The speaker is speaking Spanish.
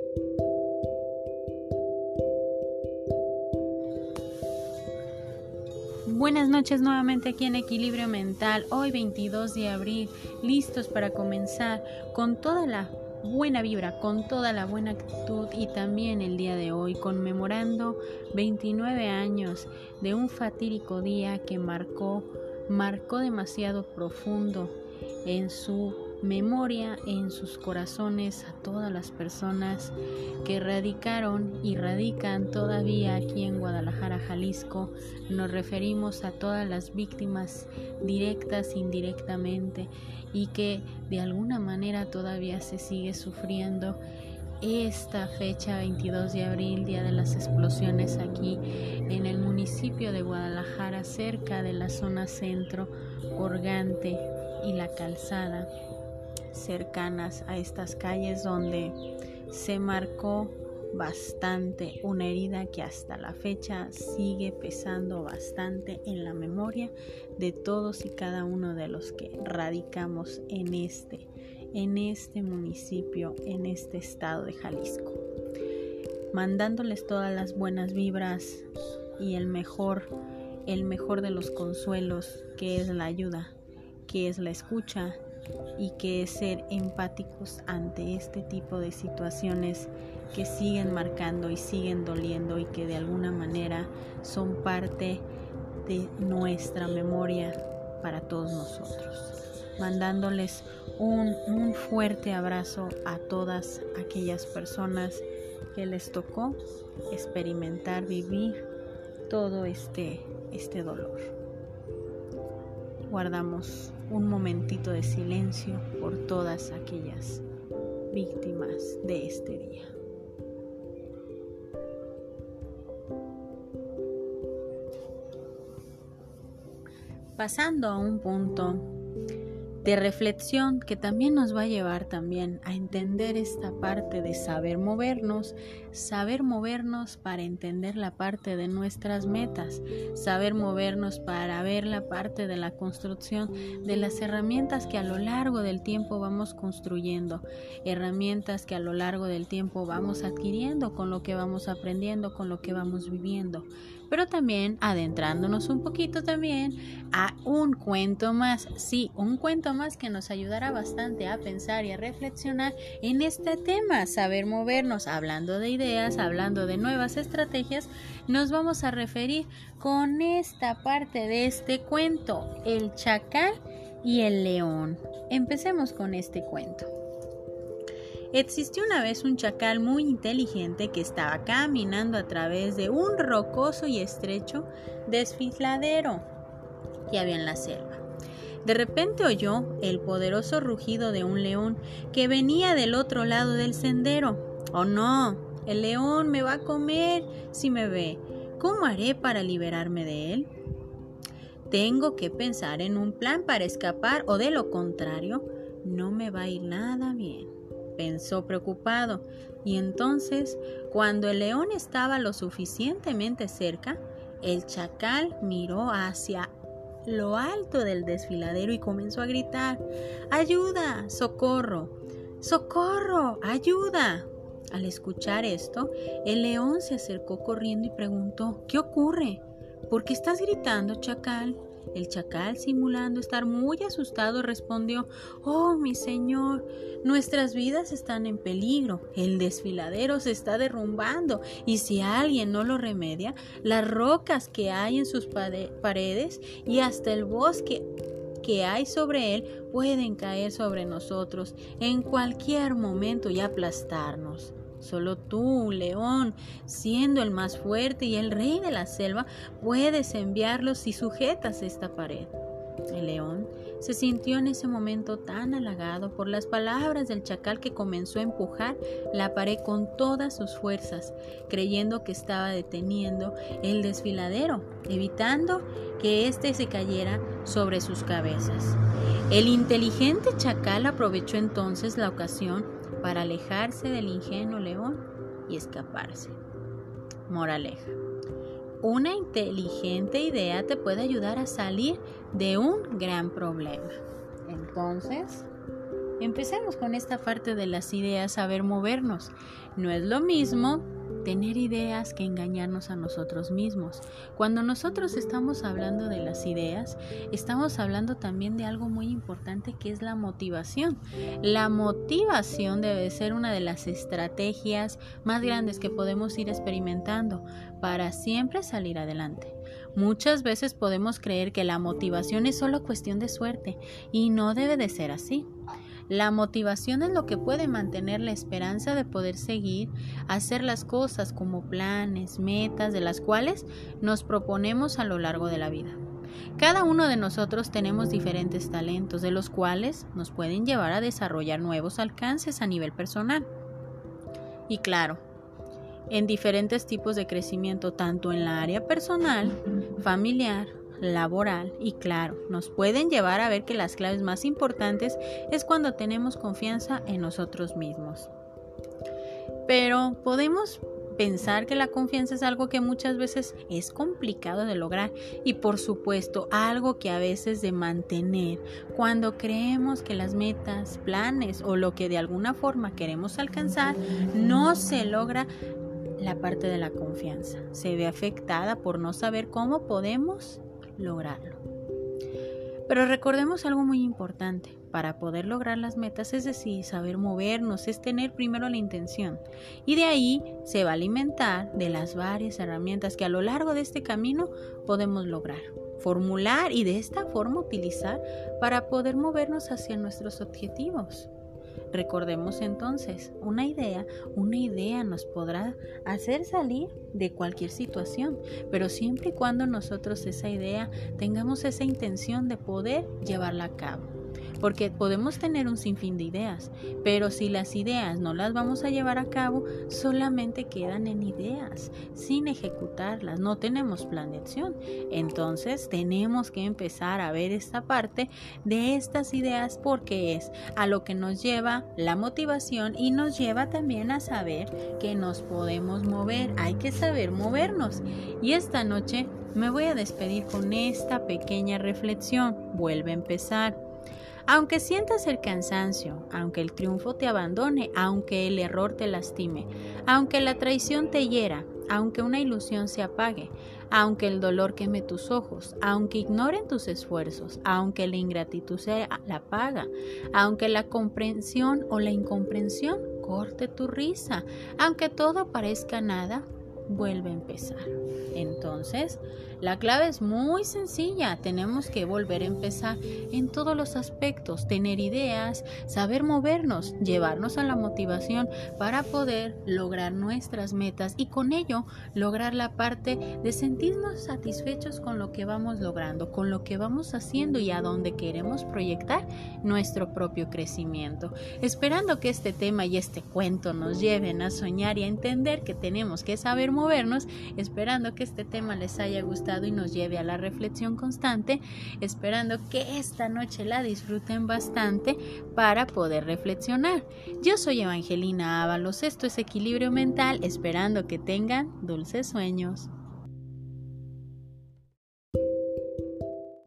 Buenas noches nuevamente aquí en Equilibrio Mental, hoy 22 de abril, listos para comenzar con toda la buena vibra, con toda la buena actitud y también el día de hoy conmemorando 29 años de un fatídico día que marcó demasiado profundo en su memoria, en sus corazones a todas las personas que radicaron y radican todavía aquí en Guadalajara, Jalisco. Nos referimos a todas las víctimas directas, indirectamente, y que de alguna manera todavía se sigue sufriendo esta fecha 22 de abril, día de las explosiones aquí en el municipio de Guadalajara, cerca de la zona centro, Organte y La Calzada, cercanas a estas calles donde se marcó bastante una herida que hasta la fecha sigue pesando bastante en la memoria de todos y cada uno de los que radicamos en este municipio, en este estado de Jalisco, mandándoles todas las buenas vibras y el mejor de los consuelos, que es la ayuda, que es la escucha y que es ser empáticos ante este tipo de situaciones que siguen marcando y siguen doliendo y que de alguna manera son parte de nuestra memoria para todos nosotros. Mandándoles un fuerte abrazo a todas aquellas personas que les tocó experimentar, vivir todo este dolor. Guardamos un momentito de silencio por todas aquellas víctimas de este día. Pasando a un punto de reflexión que también nos va a llevar también a entender esta parte de saber movernos para entender la parte de nuestras metas, saber movernos para ver la parte de la construcción de las herramientas que a lo largo del tiempo vamos construyendo, herramientas que a lo largo del tiempo vamos adquiriendo con lo que vamos aprendiendo, con lo que vamos viviendo, pero también adentrándonos un poquito también a un cuento más, un cuento más que nos ayudará bastante a pensar y a reflexionar en este tema, saber movernos. Hablando de ideas, hablando de nuevas estrategias, nos vamos a referir con esta parte de este cuento, el chacal y el león. Empecemos con este cuento. Existió una vez un chacal muy inteligente que estaba caminando a través de un rocoso y estrecho desfiladero que había en la selva. De repente oyó el poderoso rugido de un león que venía del otro lado del sendero. ¡Oh no! El león me va a comer si me ve. ¿Cómo haré para liberarme de él? Tengo que pensar en un plan para escapar o de lo contrario, no me va a ir nada bien, pensó preocupado. Y entonces, cuando el león estaba lo suficientemente cerca, el chacal miró hacia lo alto del desfiladero y comenzó a gritar: ¡Ayuda! ¡Socorro! ¡Socorro! ¡Ayuda! Al escuchar esto, el león se acercó corriendo y preguntó: ¿Qué ocurre? ¿Por qué estás gritando, chacal? El chacal, simulando estar muy asustado, respondió: ¡Oh, mi señor! Nuestras vidas están en peligro. El desfiladero se está derrumbando y si alguien no lo remedia, las rocas que hay en sus paredes y hasta el bosque que hay sobre él pueden caer sobre nosotros en cualquier momento y aplastarnos. Solo tú, león, siendo el más fuerte y el rey de la selva, puedes enviarlos si sujetas esta pared. El león se sintió en ese momento tan halagado por las palabras del chacal que comenzó a empujar la pared con todas sus fuerzas, creyendo que estaba deteniendo el desfiladero, evitando que éste se cayera sobre sus cabezas. El inteligente chacal aprovechó entonces la ocasión para alejarse del ingenuo león y escaparse. Moraleja: una inteligente idea te puede ayudar a salir de un gran problema. Entonces, Empecemos con esta parte de las ideas, saber movernos. No es lo mismo tener ideas que engañarnos a nosotros mismos. Cuando nosotros estamos hablando de las ideas, estamos hablando también de algo muy importante que es la motivación. La motivación debe ser una de las estrategias más grandes que podemos ir experimentando para siempre salir adelante. Muchas veces podemos creer que la motivación es solo cuestión de suerte y no debe de ser así. La motivación es lo que puede mantener la esperanza de poder seguir, hacer las cosas como planes, metas de las cuales nos proponemos a lo largo de la vida. Cada uno de nosotros tenemos diferentes talentos, de los cuales nos pueden llevar a desarrollar nuevos alcances a nivel personal. Y claro, en diferentes tipos de crecimiento, tanto en la área personal, familiar, laboral y claro, nos pueden llevar a ver que las claves más importantes es cuando tenemos confianza en nosotros mismos. Pero podemos pensar que la confianza es algo que muchas veces es complicado de lograr y por supuesto algo que a veces de mantener cuando creemos que las metas, planes o lo que de alguna forma queremos alcanzar no se logra. La parte de la confianza se ve afectada por no saber cómo podemos lograrlo. Pero recordemos algo muy importante. Para poder lograr las metas, es decir, saber movernos, es tener primero la intención. Y de ahí se va a alimentar de las varias herramientas que a lo largo de este camino podemos lograr, formular y de esta forma utilizar para poder movernos hacia nuestros objetivos. Recordemos entonces, una idea nos podrá hacer salir de cualquier situación, pero siempre y cuando nosotros esa idea tengamos esa intención de poder llevarla a cabo. Porque podemos tener un sinfín de ideas, pero si las ideas no las vamos a llevar a cabo, solamente quedan en ideas, sin ejecutarlas, no tenemos plan de acción. Entonces tenemos que empezar a ver esta parte de estas ideas porque es a lo que nos lleva la motivación y nos lleva también a saber que nos podemos mover, hay que saber movernos. Y esta noche me voy a despedir con esta pequeña reflexión, vuelve a empezar. Aunque sientas el cansancio, aunque el triunfo te abandone, aunque el error te lastime, aunque la traición te hiera, aunque una ilusión se apague, aunque el dolor queme tus ojos, aunque ignoren tus esfuerzos, aunque la ingratitud sea la paga, aunque la comprensión o la incomprensión corte tu risa, aunque todo parezca nada, vuelve a empezar. Entonces, la clave es muy sencilla, tenemos que volver a empezar en todos los aspectos, tener ideas, saber movernos, llevarnos a la motivación para poder lograr nuestras metas y con ello lograr la parte de sentirnos satisfechos con lo que vamos logrando, con lo que vamos haciendo y a donde queremos proyectar nuestro propio crecimiento. Esperando que este tema y este cuento nos lleven a soñar y a entender que tenemos que saber movernos, esperando que este tema les haya gustado y nos lleve a la reflexión constante, esperando que esta noche la disfruten bastante para poder reflexionar. Yo soy Evangelina Ábalos, esto es Equilibrio Mental, esperando que tengan dulces sueños.